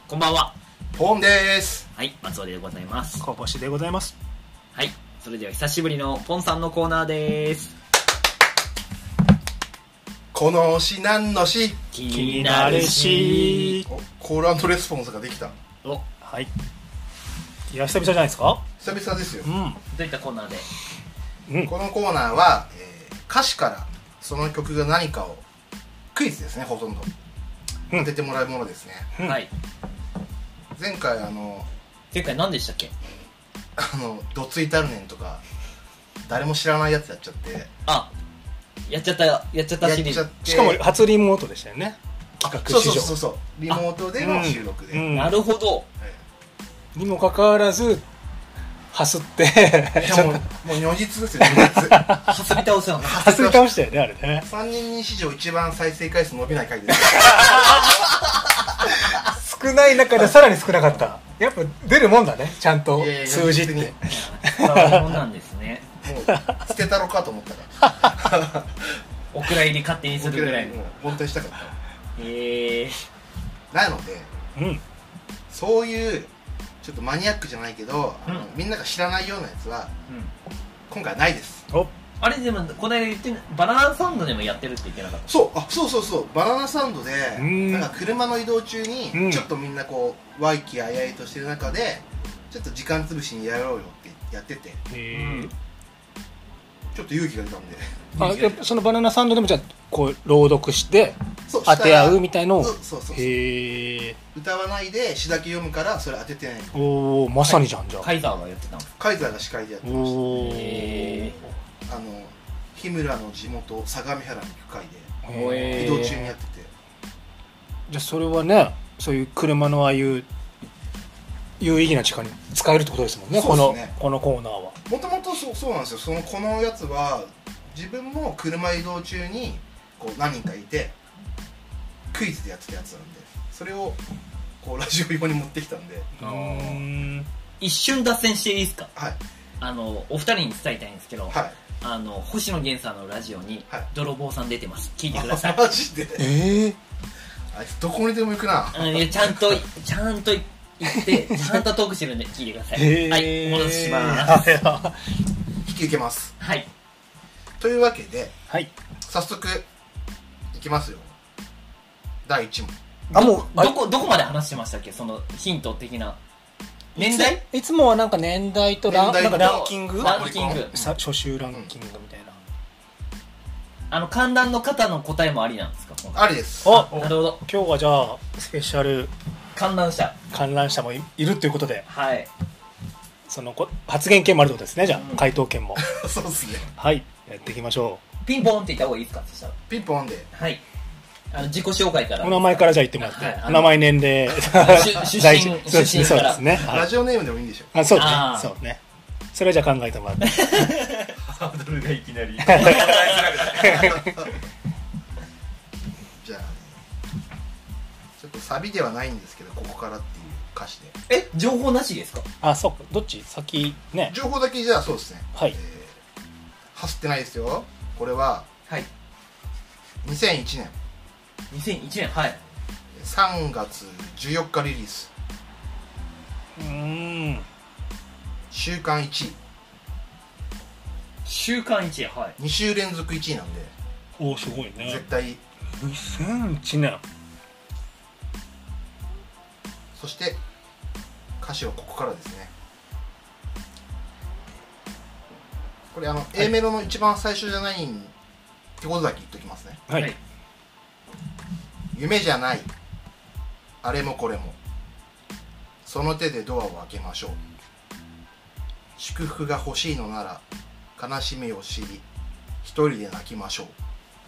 こんばんは。 ポンです。 はい、松尾でございます。 小星でございます。 はい、それでは久しぶりのポンさんのコーナーです。 この詩なんの詩気になるし。 コール&レスポンスができた。 お、 はい。いや久々じゃないですか。 久々ですよ。 どういったコーナーで？ このコーナーは、歌詞からその曲が何かをクイズですね、ほとんど当ててもらうものですね。 はい。 前回何でしたっけ？ どついたるねんとか誰も知らないやつやっちゃって、 やっちゃったシリーズ。 しかも初リモートでしたよね、企画史上。 そうリモートでの収録で、 なるほど。 にもかかわらずハスってもう如実ですよ、如実。 はすり倒すよね。 ハスり倒したよね、あれね。 3人に史上一番再生回数伸びない回です。 少ない中でさらに少なかった。やっぱ出るもんだね、ちゃんと数字って。 そうなんですね。 もう捨てたろかと思ったらお蔵入り勝手にするぐらいの。 本当にしたかった。なので、そういうちょっとマニアックじゃないけど、みんなが知らないようなやつは、今回はないです。 あれでもこの間言ってバナナサンドでもやってるって言ってなかった？ そうバナナサンドでなんか車の移動中にちょっとみんなこう和気あいあいとしてる中でちょっと時間潰しにやろうよってやってて、ちょっと勇気が出たんで、 やっぱそのバナナサンドでもじゃあこう朗読して当て合うみたいのを。 そう歌わないで詩だけ読むからそれ当ててない。 おお、まさにじゃん。じゃあカイザーがやってたの？ カイザーが司会でやってました。 お日村の地元相模原に行く会で移動中にやってて。 じゃあそれはね、そういう車のああいう有意義な時間に使えるってことですもんね。 そうですね。 このコーナーはもともとそうなんですよ。このやつは自分も車移動中にこう何人かいてクイズでやってたやつなんで、それをこうラジオ用に持ってきたんで。 一瞬脱線していいですか？ はい。 お二人に伝えたいんですけど、 はい、 星野源さんのラジオに泥棒さん出てます。聞いてください。 マジで？あいつどこにでも行くな。 いやちゃんと行ってちゃんとトークしてるんで聞いてください。はい、お戻しします。 引き受けます。 はい。 というわけで、早速いきますよ。第1問。 どこまで話してましたっけ？そのヒント的な。年代？ いつもはなんか年代となんかランキング？初週ランキングみたいな。観覧の方の答えもありなんですか？ ありです。 なるほど。 今日はじゃあスペシャル観覧者もいるということで、 はい。 その発言権もあるってことですね。じゃあ回答権も。 そうですね。 はい、やっていきましょう。ピンポンって言った方がいいですか？そしたらピンポンで。 はい。自己紹介から。 お名前からじゃあ言ってもらって、お名前、年齢、 出身そうですね。 ラジオネームでもいいんでしょ？ そうね。それはじゃあ考えてもらって。 ハードルがいきなり。 じゃあちょっとサビではないんですけど、ここからっていう歌詞で。 情報なしですか？ そうか。どっち先ね。 情報だけじゃあそうですね。 はい。 走ってないですよ。これは2001年。 2001年、はい。 3月14日リリース。週間1位。 週間1位、はい。 2週連続1位なんで。 お、すごいね。 絶対。 2001年。 そして歌詞はここからですね。これA メロの一番最初じゃないってことだけ言っときますね。 はい。 夢じゃないあれもこれもその手でドアを開けましょう。祝福が欲しいのなら悲しみを知り一人で泣きましょう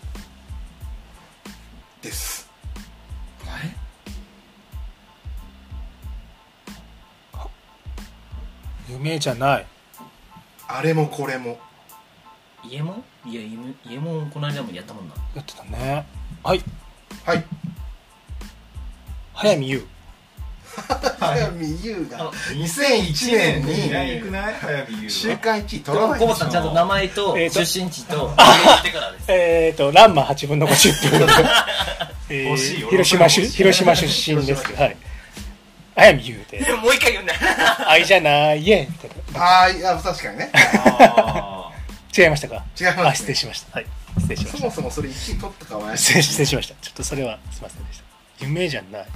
です。 夢じゃないあれもこれも。 家も家もこの間もやったもんな。 やってたね。はい早見優。 早見優が2001年に週間1位取らないんですよ。 コバさんちゃんと名前と出身地と言ってからです。ランマ8分の5っていう広島出身です。はい。 あやみ言うてもう一回言うんだ。 愛じゃないえって確かにね。 違いましたか？ 違いますね。 失礼しました。はい、失礼しました。 そもそもそれ1位取ったかは失礼しました。ちょっとそれはすいませんでした。夢じゃない。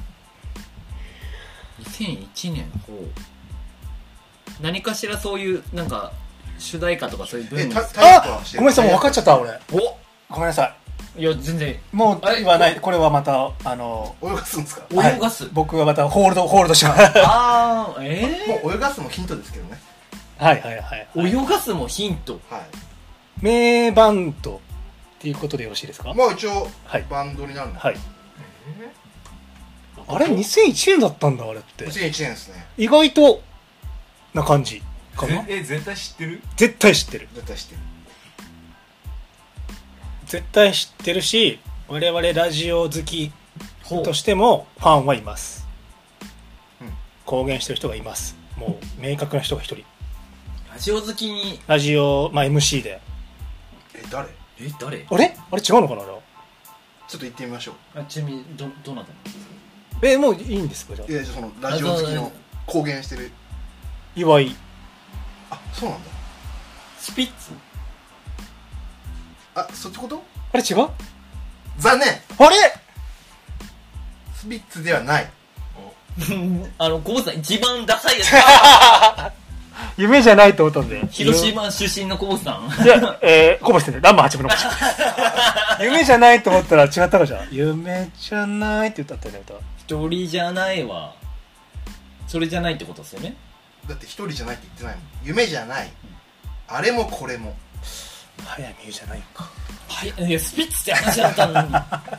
2001年。何かしらそういうなんか主題歌とかそういう文化。 ごめんなさい、もう分かっちゃった俺。ごめんなさい。いや全然もう言わない。これはまた泳がすんですか？ 泳がす。 僕はまたホールドします。 もう泳がすもヒントですけどね。 はい。 泳がすもヒント。 はい。 名バンドっていうことでよろしいですか？ まあ一応バンドになるんで。はい。 あれ2001年だったんだあれって。 2001年ですね。 意外とな感じかな。 絶対知ってる？ 絶対知ってる。絶対知ってるし、我々ラジオ好きとしてもファンはいます。公言してる人がいます。もう明確な人が一人。 ラジオ好きにラジオ、MC で。 誰？ あれ違うのかな。 ちょっと言ってみましょう。 ちなみにどなた？ もういいんですか？じゃあ。 いやそのラジオ好きの公言してる岩井。 そうなんだ。 スピッツ。 そっちこと？ あれ違う？ 残念。 あれ？ スピッツではない。 コボさん一番ダサいやつ。 夢じゃないと思ったんで。 広島出身のコボさん。 いや、コボしてね、ランマ8分の8。夢じゃないと思ったら違ったかじゃん。夢じゃないって言ったよね、歌。 一人じゃないわ。それじゃないってことですよね。 だって一人じゃないって言ってないもん。夢じゃない。あれもこれも。 早見優じゃないか。 いやスピッツって話だったのに。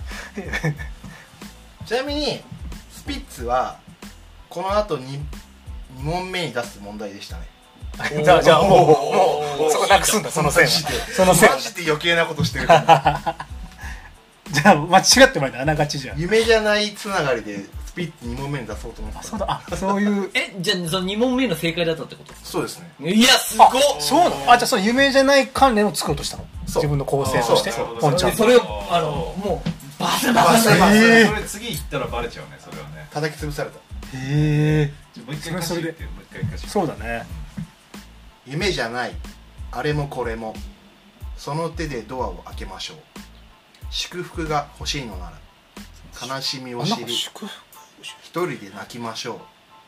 ちなみにスピッツはこの後2問目に出す問題でしたね。 じゃあもうそこなくすんだ、その線は。 マジで余計なことしてる。 じゃあ間違ってもらえた、あながちじゃん。 夢じゃないつながりでスピッツ2問目に出そうと思ってた。 そういう。 じゃあその2問目の正解だったってことですか？ そうですね。 いやすごっ。 そうなの？じゃあその夢じゃない関連を作ろうとしたの？自分の構成として。 本ちゃんそれをもうバス。 それ次行ったらバレちゃうね、それはね。 叩き潰された。 もう一回貸してって、もう一回貸して。 そうだね。 夢じゃない、あれもこれも、その手でドアを開けましょう。祝福が欲しいのなら悲しみを知り一人で泣きましょ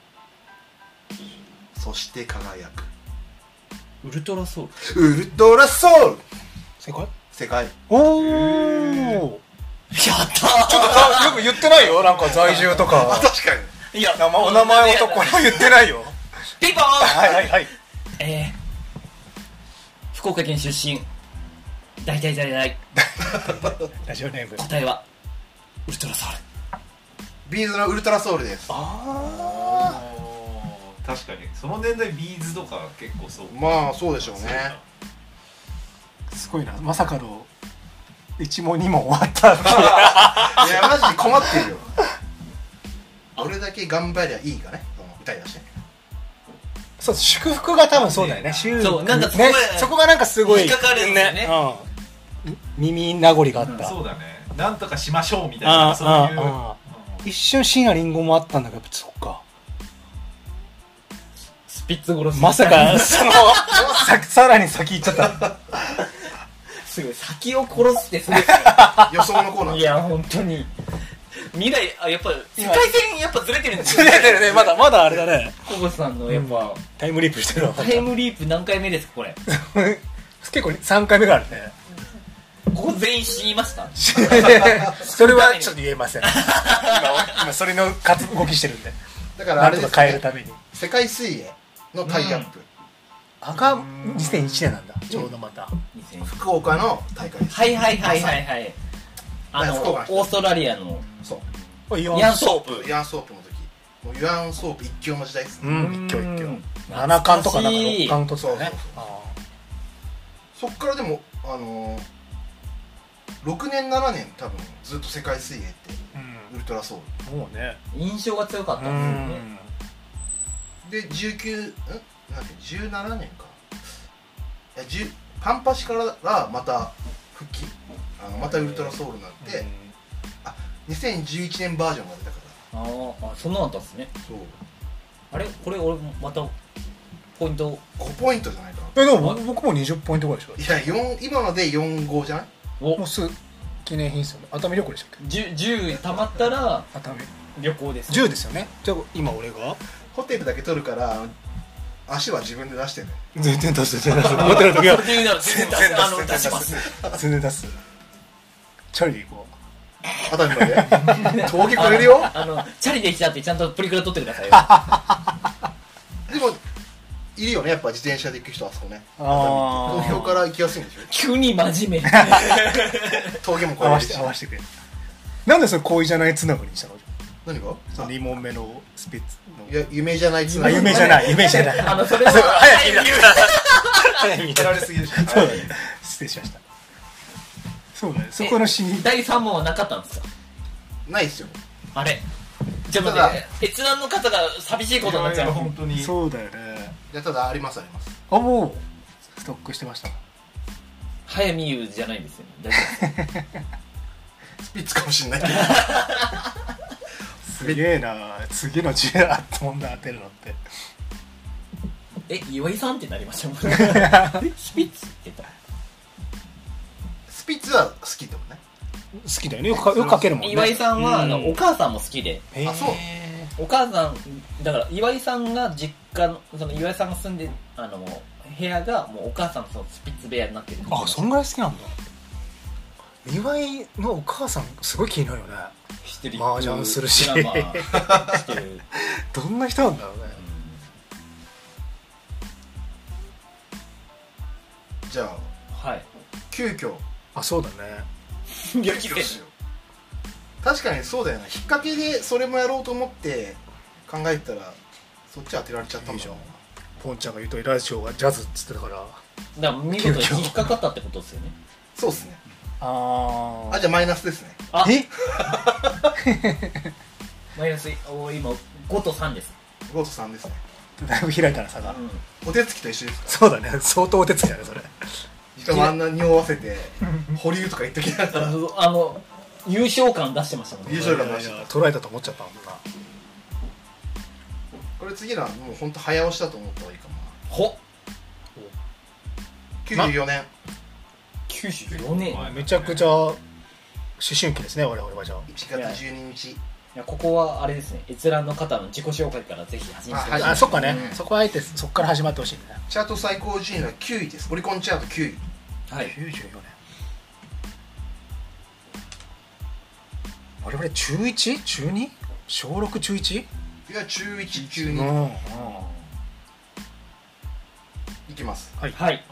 う。そして輝く。 ウルトラソウル。ウルトラソウル。正解。 おお。 やったー。 ちょっとよく言ってないよ、なんか在住とか。 確かに。 いや、お名前をとこには言ってないよ。 ピンポーン。 はい。 福岡県出身。大ラジオネーム。 答えはウルトラソウル。 ビーズのウルトラソウルです。 確かにその年代ビーズとか結構そう。 まあそうでしょうね。 すごいな、まさかの1問2問終わったっていう。 いやマジで困ってるよ。どれだけ頑張りゃいいかね、歌いだして。 そう、祝福が多分そうだよね。 そう、なんかそこがなんかすごい引っかかるんですよね。 耳名残があった。 そうだね。なんとかしましょうみたいな、そういう。 一瞬椎名林檎もあったんだけど、そっか。 スピッツ殺し。 まさかさらに先行っちゃった。 すごい、先を殺すってすごい。 予想のコーナー。 いや本当に。未来やっぱ世界線やっぱずれてるんですよ。ずれてるね、まだあれだね。 コボさんのやっぱタイムリープしてるわ。 タイムリープ何回目ですかこれ？ 結構3回目があるね。 ここ全員死にました？ それはちょっと言えません。今それの動きしてるんで。 だからあれですね。 変えるために。 世界水泳のタイアップ。 赤2001年なんだ。ちょうどまた。 福岡の大会です。 はい。オーストラリアの。 そう。 ユアンソープの時。 もうユアンソープ一強の時代ですね。 一強。7冠とかなんか6冠とかね。 そっからでも6年7年多分ずっと世界水泳ってウルトラソウル。 もうね。 印象が強かったんですよね。で17年か。パンパシからまた復帰。またウルトラソウルになって、2011年バージョンが出たから。 そんなのあったんですね。 そうあれこれ俺またポイント 5ポイントじゃないかでも僕も20ポイントぐらいでしょ。 いや今ので45じゃないもうす記念品ですよね。熱海旅行でしたっけ。 10貯まったら熱海旅行です、 10ですよね。じゃあ今俺がホテルだけ取るから足は自分で出してね全然出す全然出す持ってる時はそれで言うなら全然出します全然出す。チャリで行こ熱海まで峠越えるよチャリで来たってちゃんとプリクラ撮ってくださいよでもいるよねやっぱ自転車で行く人あそこねう。あ東京から行きやすいんでしょ急に真面目峠も越合わえるしせて合わせてくれ。なんでそれ恋じゃないつながりにしたの。 何がその2問目のスピッツの。 いや夢じゃないつあ夢じゃない夢じゃない。 それは早い見早い見られすぎるしそうだね。失礼しました。そうだね。そこのシーン。 第3問はなかったんですか。 ないっすよあれじゃあ待って閲覧の方が寂しいことになっちゃう。 本当にそうだよね。 いやただありますありますあもうストックしてました。 早見優じゃないんですよね。大丈夫ですスピッツかもしんないけどすげえな。次の10あったもんだ当てるのって。 岩井さんってなりましたもんねスピッツって言った。 スピッツは好きでもね好きだよね。よくかけるもんね。 岩井さんはうんお母さんも好きで、 へーあそうお母さんだから岩井さんが実家のその岩井さんが住んで部屋がもうお母さんのそのスピッツ部屋になってる。 あそんぐらい好きなんだ。岩井のお母さんすごい気になるよね。 知ってる麻雀するしドラマ知ってるどんな人なんだろうね。 じゃあはい急遽あそうだね。 いや確かにそうだよな引っ掛けでそれもやろうと思って考えてたらそっち当てられちゃったんだよいいじゃん。ポンちゃんが言うとラジオがジャズっつってたから。 だから見事に引っかかったってことですよね。 そうっすねああじゃあマイナスですねあえマイナス今5と3です。 5と3ですねだいぶ開いたな差が。 お手つきと一緒ですかそうだね。相当お手つきだねそれ。 しかもあんな匂わせて保留とか言っときながら優勝感出してましたもんね。 優勝感出していや捉えたと思っちゃったもんな。 これ次のはもうほんと早押しだと思った方がいいかもほな94年 94年。 めちゃくちゃ思春期ですね我々は。じゃあ 1月12日いやここはあれですね、閲覧の方の自己紹介からぜひ始めてください。 あそっかね、 うんそこはあえてそこから始まってほしいんだね。 チャート最高順位は9位ですオリコンチャート9位はい 94年我々中 1？ 中 2？ 小6中 1？ いや中1中うん 2いきますはいはい違う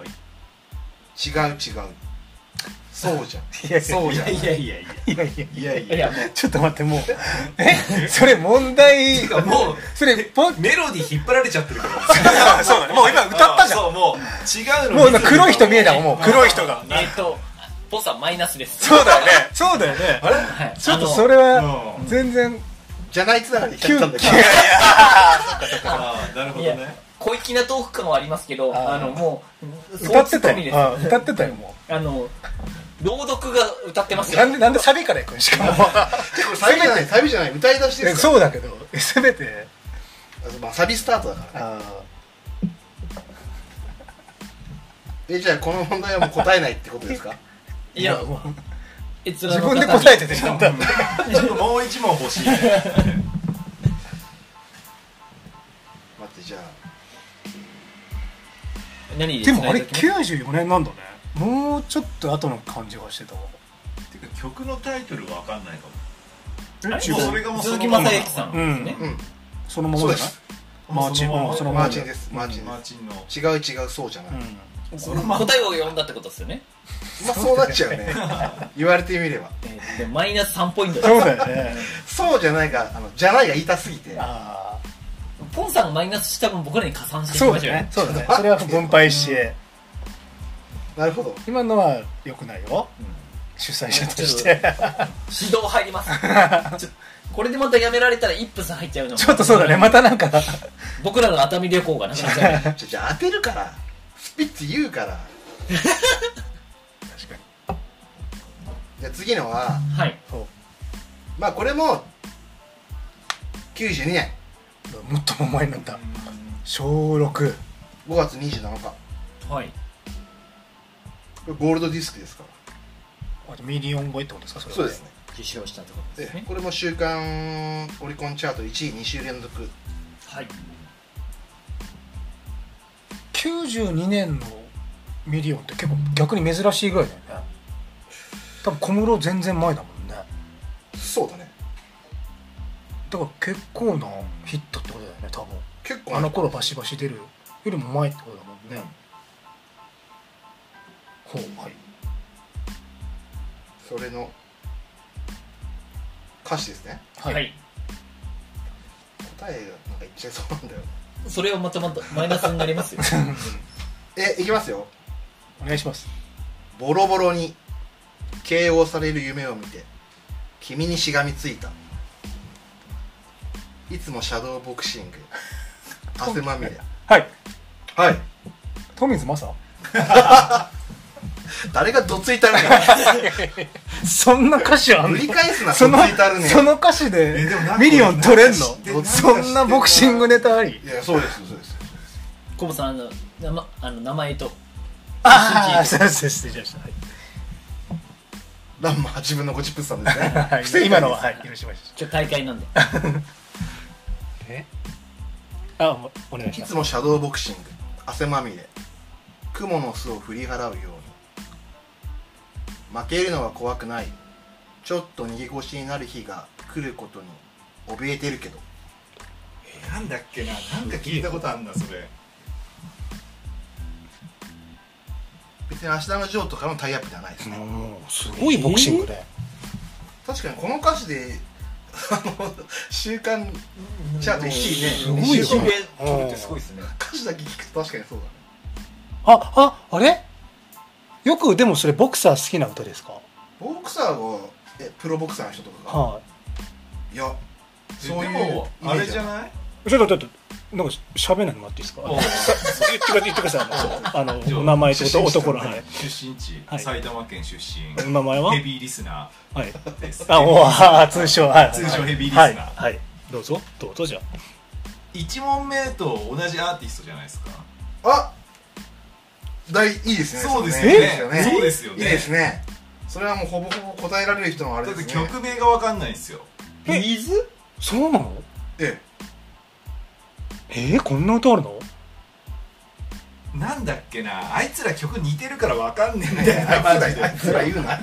そうじゃんいやそうじゃんいやいやいやいやいやいやいやいやもうちょっと待ってもうそれ問題もうそれポンメロディー引っ張られちゃってるからそうだねもう今歌ったじゃんそうもう違うのもう今黒い人見えたもんもう黒い人がポンさんマイナスです。 そうだよねそうだよねあれはいちょっとそれは全然じゃないつながりしちゃったんだけどああなるほどいやね小粋なトーク感はありますけどもう歌ってたそうツッコミですよ歌ってたよも朗読が歌ってますうよ。 なんでサビから行くんしかもサビじゃない歌い出しですからそうだけどせめてまあサビスタートだからねじゃあこの問題はもう答えないってことですかいやもう閲自覧の方に分で答えててちゃんとちょっともう一問欲しいね待ってじゃあ何でもあれつないでおきます 94年なんだねもうちょっと後の感じがしてたわてか曲のタイトルわかんないかもあれもうそれがもう鈴木雅之さんですね。 うんそのままじゃないそうですマーチンそのままマーチンですマーチンマーでチンのす違うそうじゃないそのまま答えを読んだってことですよね。 まあそうなっちゃうね言われてみればでマイナス3ポイントです。 そうだよねそうじゃないがじゃないが言いたすぎてあポンさんがマイナスした分僕らに加算していきそうだましょうよ。 ねそうだねそれは分配してなるほど今のは良くないよ主催者として指導入ります。これでまたやめられたらイップス入っちゃうの。 ちょっとそうだねまたなんか僕らの熱海旅行がなくなっちゃう。 じゃあ当てるからスピッツ言うから確かにじゃあ次のははい。 そうまあこれも92年どうもっとも前になった。小6。 5月27日。 はい。 これゴールドディスクですから。 ミリオン超えってことですか？それはそうですね。 受賞したってことですね。 これも週間オリコンチャート1位2週連続。 はい。 92年のミリオンって結構逆に珍しいぐらいだよね。多分小室全然前だもんね。 そうだね。 だから結構なヒットってことだよね、多分。 結構あの頃バシバシ出るよりも前ってことだもんね。ほう、はい。 それの歌詞ですね。 はい。 答えがなんか言っちゃいそうなんだよ。 それはまたマイナスになりますよ。 いきますよ。 お願いします。 ボロボロに KO される夢を見て君にしがみついた。いつもシャドーボクシング汗まみれ。 はいはい。 富水正誰がどついたるねん。そんな歌詞あんの？ 繰り返すな。どついたるねん。 その歌詞でミリオン取れんの？そんなボクシングネタあり？ いや、そうですそうです。 コブさん名前と。 ああ、そうです。失礼しました。 ランマ8分の50分さんですね。 はい、今のははい許しました。 今日大会なんで。 お願いします。 いつもシャドーボクシング汗まみれ雲の巣を振り払うように負けるのは怖くない。ちょっと逃げ腰になる日が来ることに怯えてるけど。 なんだっけな、なんか聞いたことあるんだそれ。 別に明日のジョーとかのタイアップではないですね。 すごいボクシングで、 確かにこの歌詞で週刊チャート1位ね。 すごいよ取るってすごいですね。 歌詞だけ聞くと確かにそうだね。 あれよくでもそれボクサー好きな歌ですか？ ボクサーがプロボクサーの人とかが、 はい、 いやそういうでもあれじゃない？ ちょっとなんか喋らないのもらっていいですか？言ってください。お名前と男の出身地、埼玉県出身。 名前はヘビーリスナーです。 通称ヘビーリスナー。 はい、どうぞじゃあ。 1問目と同じアーティストじゃないですか。 いいですね。 そうですよね。そうですよね。 いいですね。それはもうほぼほぼ答えられる人のあれですね。 だって曲名がわかんないんですよ。 ビーズ？ そうなの？こんな歌あるの？ なんだっけな、あいつら曲似てるからわかんねえんだよな。 あいつら言うな。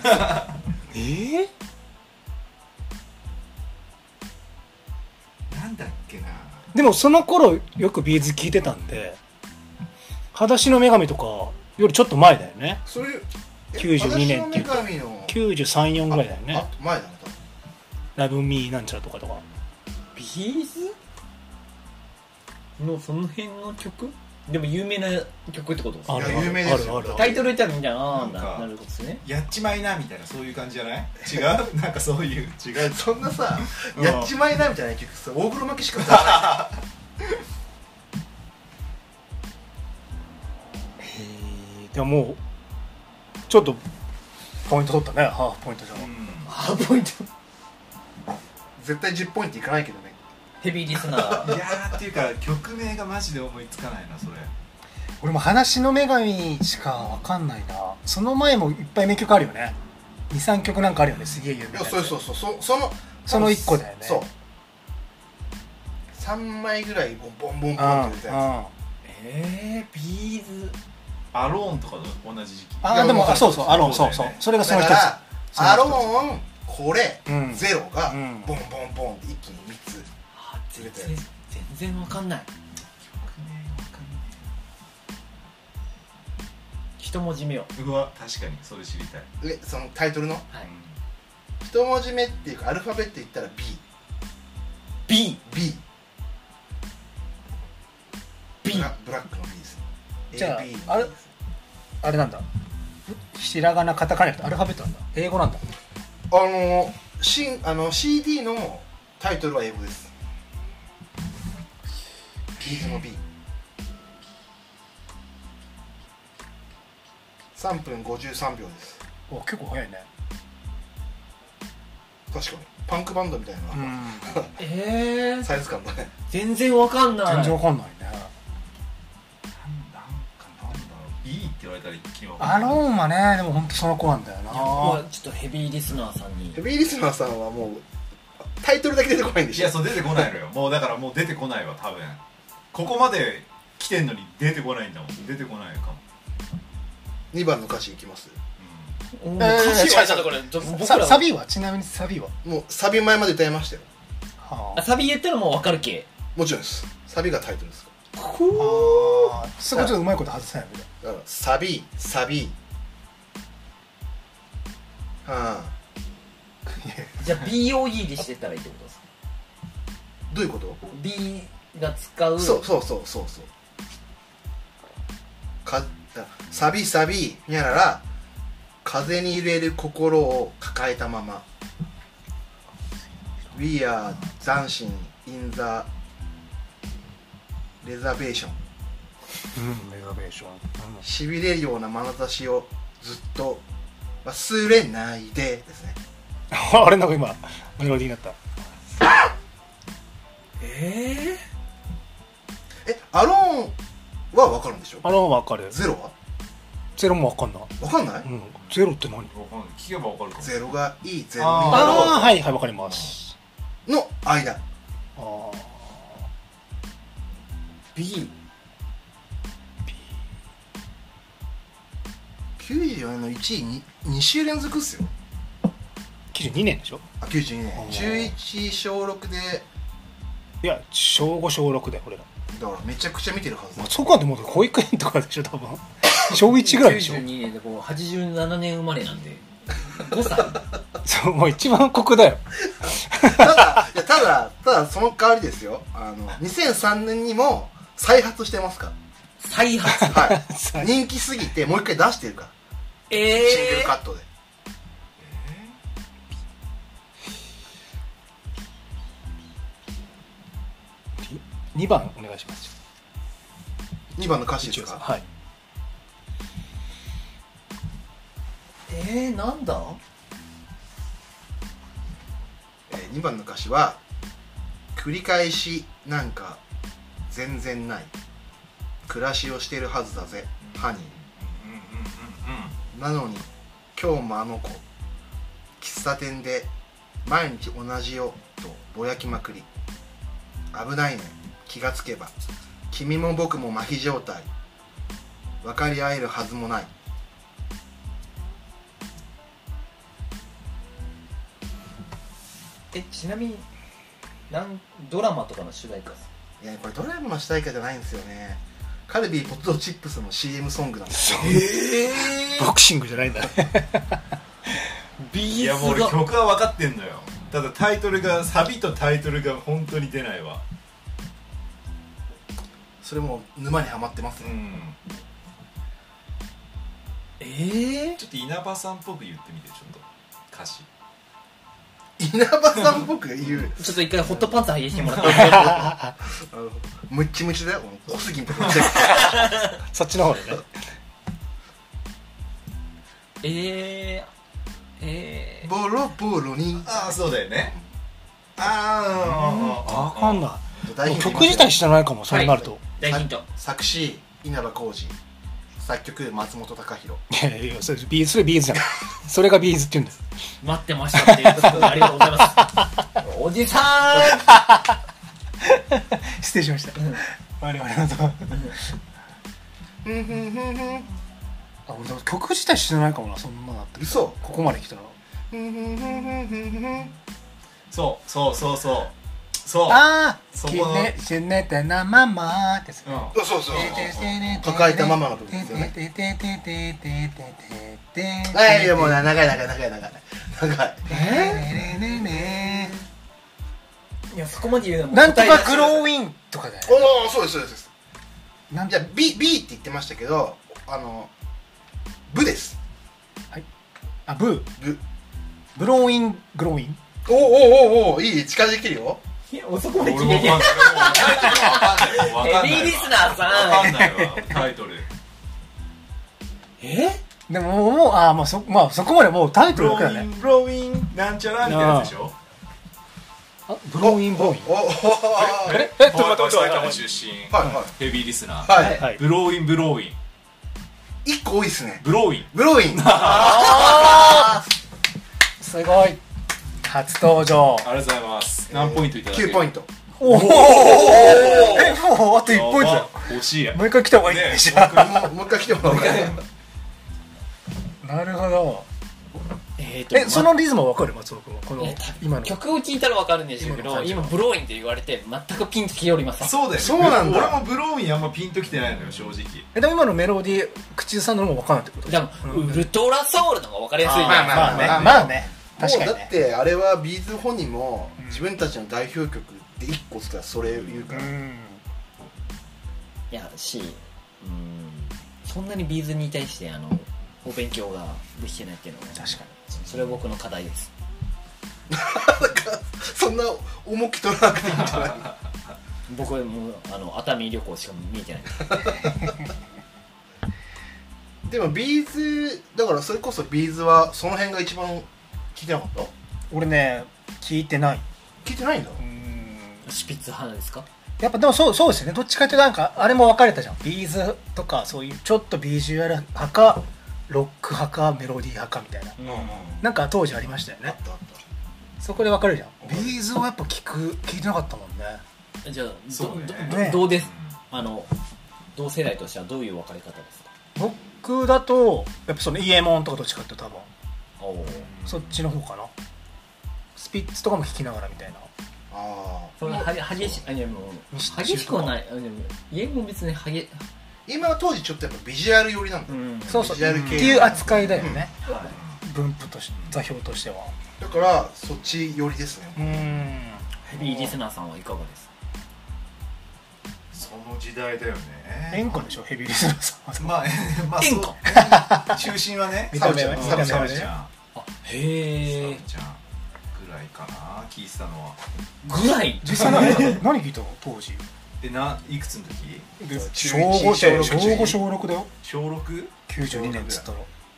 なんだっけな。 でもその頃よくビーズ聴いてたんで、裸足の女神とかよりちょっと前だよね。 そういう 92年っていうと93、4ぐらいだよね。 前だね。 ラブミーなんちゃらとかビーズのその辺の曲でも有名な曲ってことですね。 有名ですよ。 タイトル言ったらみたいなることですね。 やっちまいなみたいなそういう感じじゃない？違う？なんかそういう違う。 そんなさやっちまいなみたいな曲さ大黒摩季しか歌わない。 でももうちょっとポイント取ったね。ハーフポイントじゃん。 ハーフポイント絶対10ポイントいかないけどね。 ヘビーリスナー。 いやーっていうか曲名がマジで思いつかないなそれ。 俺も話の女神しかわかんないな。その前もいっぱい名曲あるよね。 2,3 曲なんかあるよね。すげえ有名なやつ。 そうその1個だよね。 そう3枚ぐらいボンボンボンボンって出たやつ。ビーズアローンとかと同じ時期。 でもそうアローン、そうそれがその一つ。 アローンこれ、ゼロがボンボンボンって一気に3つずれたやつ。 全然わかんない。一文字目を。 うわ確かにそれ知りたい。 そのタイトルの一文字目っていうかアルファベット言ったら B ブラックの B ですね。 じゃああれなんだ、ひらがなカタカナじゃなくてアルファベットなんだ。英語なんだ。 CD のタイトルは英語です。ビーズの B。3分53秒です。 結構早いね。 確かにパンクバンドみたいな、サイズ感だね。 全然わかんない。 全然わかんないね。 なんだろう、いいって言われたら一気にわかアんない。 ローンはね、でも本当その子なんだよな。 いや、ここはちょっとヘビーリスナーさんに。 ヘビーリスナーさんはもうタイトルだけ出てこないんでしょ。 いや、そう出てこないのよ。もうだからもう出てこないわ、多分。ここまで来てんのに出てこないんだもん。出てこないかも。 2番の歌詞いきます。 歌詞はちょっとこれ僕らサビはちなみにサビはもうサビ前まで歌いましたよ。 サビ言ったらもう分かるけ。 もちろんです。サビがタイトルですかそこちょっとうまいこと外せないみたいら。だからサビじゃあ BOE でしてったらいいってことですか。 どういうこと？ B が使う。 そうサビにゃらら風に揺れる心を抱えたまま We are dancing in the reservation レザベーション、 しびれるような眼差しをずっと忘れないでですね。 あれなんか今メロディーになった。 アローンは分かるんでしょ。 アローンは分かる。 ゼロはゼロも分かんない。 分かんない、 ゼロって何？ わかんない。聞けばわかるかも。 ゼロがいいゼロあになろあ、はいはい、分かります。 うの間。 あ B。 94年の1位に2週連続っすよ。 92年でしょ。 92年中1小6で、 いや小5小6で俺ら。 だからめちゃくちゃ見てるはずだ。 そこはでも保育園とかでしょ多分。小1ぐらいでしょ。 92年でこう87年生まれなんで5歳。 そう、もう一番酷だよ。 ただその代わりですよ、2003年にも再発してますから。 再発。 はい人気すぎてもう一回出してるから、シングルカットで。 2番お願いします。 2番の歌詞ですか。 はい。 なんだ。 2番の歌詞は繰り返しなんか全然ない暮らしをしてるはずだぜハニーなのに今日もあの子喫茶店で毎日同じよとぼやきまくり危ないね気がつけば君も僕も麻痺状態分かり合えるはずもない。 ちなみにドラマとかの主題歌です。 いやこれドラマの主題歌じゃないんですよね。カルビーポテトチップスの CM ソングなんですよ。 ボクシングじゃないんだね。 いやもう俺曲は分かってんのよ。ただタイトルがサビとタイトルが本当に出ないわ。 それも沼にはまってますね。 ちょっと稲葉さんっぽく言ってみてちょっと歌詞。 稲葉さんっぽく言う。 ちょっと一回ホットパンツ履いてもらってムッチムチだよ小杉のとこそっちの方でね。 ボロボロに。 ああそうだよね。 分かんない。曲自体知らないかも。そうなると大ヒント。 作詞稲葉浩二、作曲松本隆弘。 いやそれビーズじゃん。それがビーズって言うんです。 待ってましたっていうことでありがとうございます。おじさん失礼しました。我々のと俺曲自体知らないかもな。そんなだった嘘。 ここまで来たらそうああそこの死ねてなママってさ、 そう抱えたママの時ですよね。いやもう長い。 いやそこまで言うのもなんとかグローインとかだよね。 おおそうです。いや B って言ってましたけどブです。 はい。あブローイングローイン。 おいい近づいてるよ。 いやそこまで聞いてヘビーリスナーさん分かんないわタイトル。 でももうまあそこまでもうタイトルだけだね。 ブローインなんちゃらみたいなやつでしょ。 ブローインボーイン。 おあれ埼玉出身、 はヘビーリスナー、 はいはい。 ブローイン 1個多いっすね。 ブローインブローインすごい。初登場。 ありがとうございます。何ポイントいただける？ 9ポイント。 おお。もうあと1ポイントだよ。 欲しいや。 もう一回来た方がいいね。じゃあもう一回来てもらおうかなるほど。そのリズムはわかる松尾君はこの今の曲を聴いたら分かるんでしょうけど、今ブローインって言われて全くピンときておりません。 そうだよね。 そうなんだ。 俺もブローインあんまピンときてないのよ正直。 でも今のメロディー口ずさんのも分かんないってこと？ でもウルトラソウルの方が分かりやすいじゃないですか。 まあね確かにね。 もうだってあれはビーズ本人も自分たちの代表曲で1個つったらそれ言うから。 いやそんなにビーズに対してお勉強ができてないっていうのは確かにそれは僕の課題です。 そんな重き取らなくていいんじゃない？ 僕はもう熱海旅行しか見えてない。 でもビーズだからそれこそビーズはその辺が一番聞いてなかった？ 俺ね聞いてない。 聞いてないんだ。 シュピッツ派ですか？ やっぱでもそうですよね。どっちかというとなんかあれも分かれたじゃん。ビーズとかそういうちょっとビジュアル派かロック派かメロディー派かみたいな、なんか当時ありましたよね。 あったそこで分かれるじゃん。ビーズはやっぱ聞いてなかったもんね。 じゃあそうねどうです？同世代としてはどういう分かれ方ですか？ 僕だとやっぱそのイエモンとかどっちかっていうと多分そっちの方かな。スピッツとかも聴きながらみたいな。 そんな激しくはない。家も別に今は当時ちょっとやっぱビジュアル寄りなんだ。 そうビジュアル系っていう扱いだよね。分布として座標としては。 だからそっち寄りですね。 ヘビーリスナーさんはいかがですか？ その時代だよね。 演歌でしょヘビーリスナーさんは。 まあ演歌中心はね見た目はサブちゃんへえサブちゃんぐらいかな聞いてたのは。 ぐらい実際何聞いたの当時？ いくつの時？ 小5小6だよ。 小 6？ 92年っつったら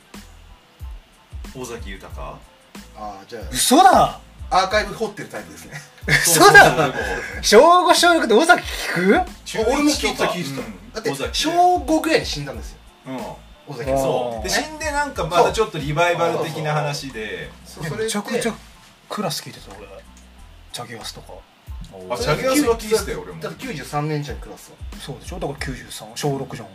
尾崎豊。 じゃあ嘘だ。 アーカイブ掘ってるタイプですね。 嘘だ。小5小6で尾崎聞く？ 俺も聞いてた。だって小5ぐらいに死んだんですよ。尾崎そうで死んでなんかまだちょっとリバイバル的な話で。 めちゃくちゃクラス聞いてた俺。チャゲアスとか。 チャゲアスは聞いてたよ俺も。 だって93年じゃんクラスは。 そうでしょ。だから93小6じゃん。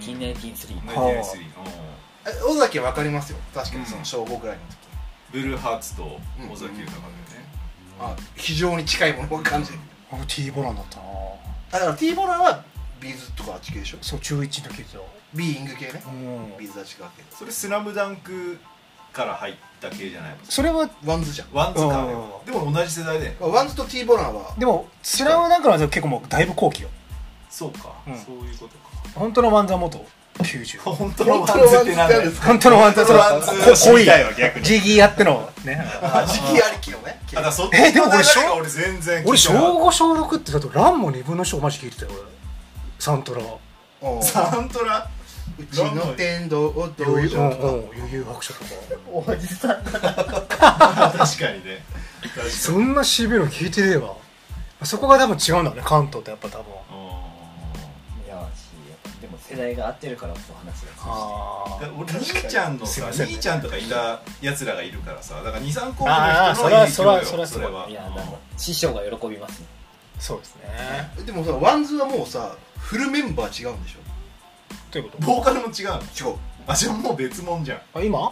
1993。 尾崎は分かりますよ。確かにその小5ぐらいの時。 ブルーハーツと尾崎豊だよね。 非常に近いものを感じる。 俺 T ボランだったな。 だから T ボランはビーズとかあっち系でしょ。 そう中1の時聞いてた。 ビーイング系ね。ビーズは違うけど。 それスラムダンクから入った系じゃないの？ それはワンズじゃん。 ワンズか。でも同じ世代で。 ワンズと T ボランはでもスラムダンクの結構もうだいぶ後期よ。 そうか、そういうことか。 本当のワンズは元90。 本当のワンズって何だよ。 本当のワンズは濃いジギーやってのね。 ジギーありきのね。 でも俺全然俺小5小6ってだとランも2分の章マジ聞いてたよ俺。サントラサントラうちの天童を道場とか悠々白書とかおじさんだな。 確かにね。 そんな渋いの聞いてねえわ。そこが多分違うんだね関東ってやっぱ多分。 いやでも世代が合ってるからこそ話が俺兄ちゃんのさ兄ちゃんとかいたやつらがいるからさだから 2,3 個目の人の影響よそれは。 いや師匠が喜びますね。 そうですね。 でもさワンズはもうさフルメンバー違うんでしょ。 どういうこと？ ボーカルも違うの？ 違う。 じゃあもう別物じゃん。 今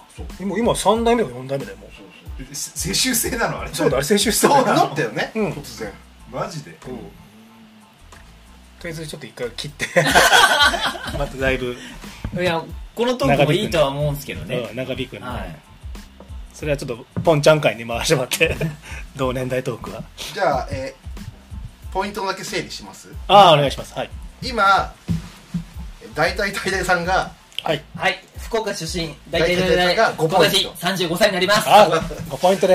3代目か4代目だよもう。 世襲制なのあれ？ そうだあれ世襲制そうなったよね突然。 マジで？ とりあえずちょっと一回切ってまただいぶいやこのトークもいいとは思うんですけどね。 長引くね。それはちょっとポンちゃん会に回してもらって同年代トークは。 じゃあポイントだけ整理します。 お願いします。はい。 今大体さんがはい福岡出身大体が5ポイント 35歳になります。 5ポイントです。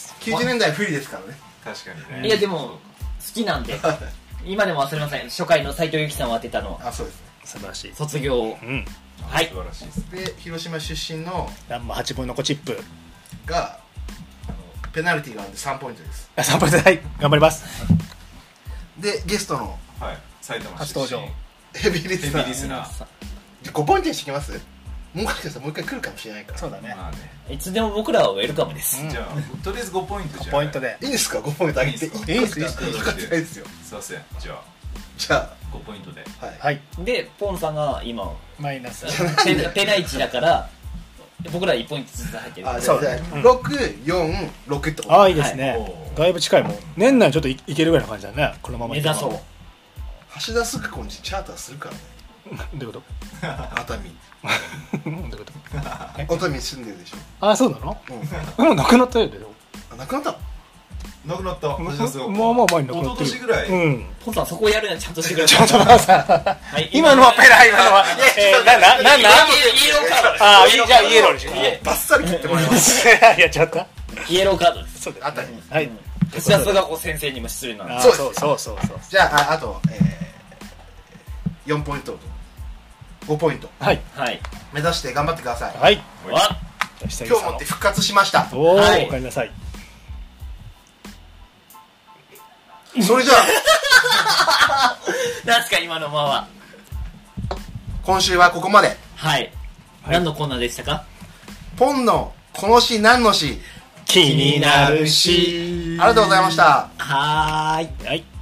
90年代不利ですからね。 確かにね。 いやでも好きなんで今でも忘れません。初回の斉藤由貴さんを当てたのは。 そうですね。 素晴らしい。 卒業。 うん。 はい素晴らしいです。 で広島出身のランマ8分の5チップ。 がペナルティーがあるんで3ポイントです。 あ、3ポイント。はい、頑張ります。 でゲストのはい埼玉初登場。 ヘビーリスナーヘビーリスナー 5ポイントにしてきます。もう一回来るかもしれないから。 そうだね。 まあねいつでも僕らはウェルカムです。 うんじゃあとりあえず5ポイントじゃ 5ポイントで。 いいですか5ポイントあげて。 いいですかいいですよかったですよ。 すいませんじゃあじゃ 5ポイントであはいはい。 で、ポンさんが今、 マイナス。 ペナ1だから、僕ら1ポイントずつ入ってる。 あじゃあそうだね 646ってこと。 ああ、いいですねはい。 だいぶ近いもん。年内ちょっといけるぐらいの感じだね。このまま目指そう。 橋田壽久子にチャーターするからね。 う。どういうこ熱海とどういうこと熱海住んでるでしょ。 ああ、そうなのうんもうなくなったよ。でもあなくなったの。 なくなったま橋田壽賀子あまあ前になくなってる。 一昨年ぐらいうん。 ポンさんそこやるのはちゃんとしてくれちょっと待ってさ。 はい今のはペラ、今のは。なんだイエローカードです。 ああ、じゃあイエローにしよう。 バッサリ切ってもらいます。 やっちゃったイエローカードです。 そうだね。 熱海。 はい。 橋田壽賀子先生にも失礼なんで。 あーそうですそうそうそう。 じゃああと4ポイントと5ポイントはい。 はい。 目指して頑張ってください。 はい。 わ久々の今日もって復活しました。 おはいー、おかえりなさい。 それじゃあなんすか今の間は。 今週はここまで。 はい。 はい何のコーナーでしたか？ ポンのこの詩何の詩。 気になるし。 ありがとうございました。 はーい。 はい。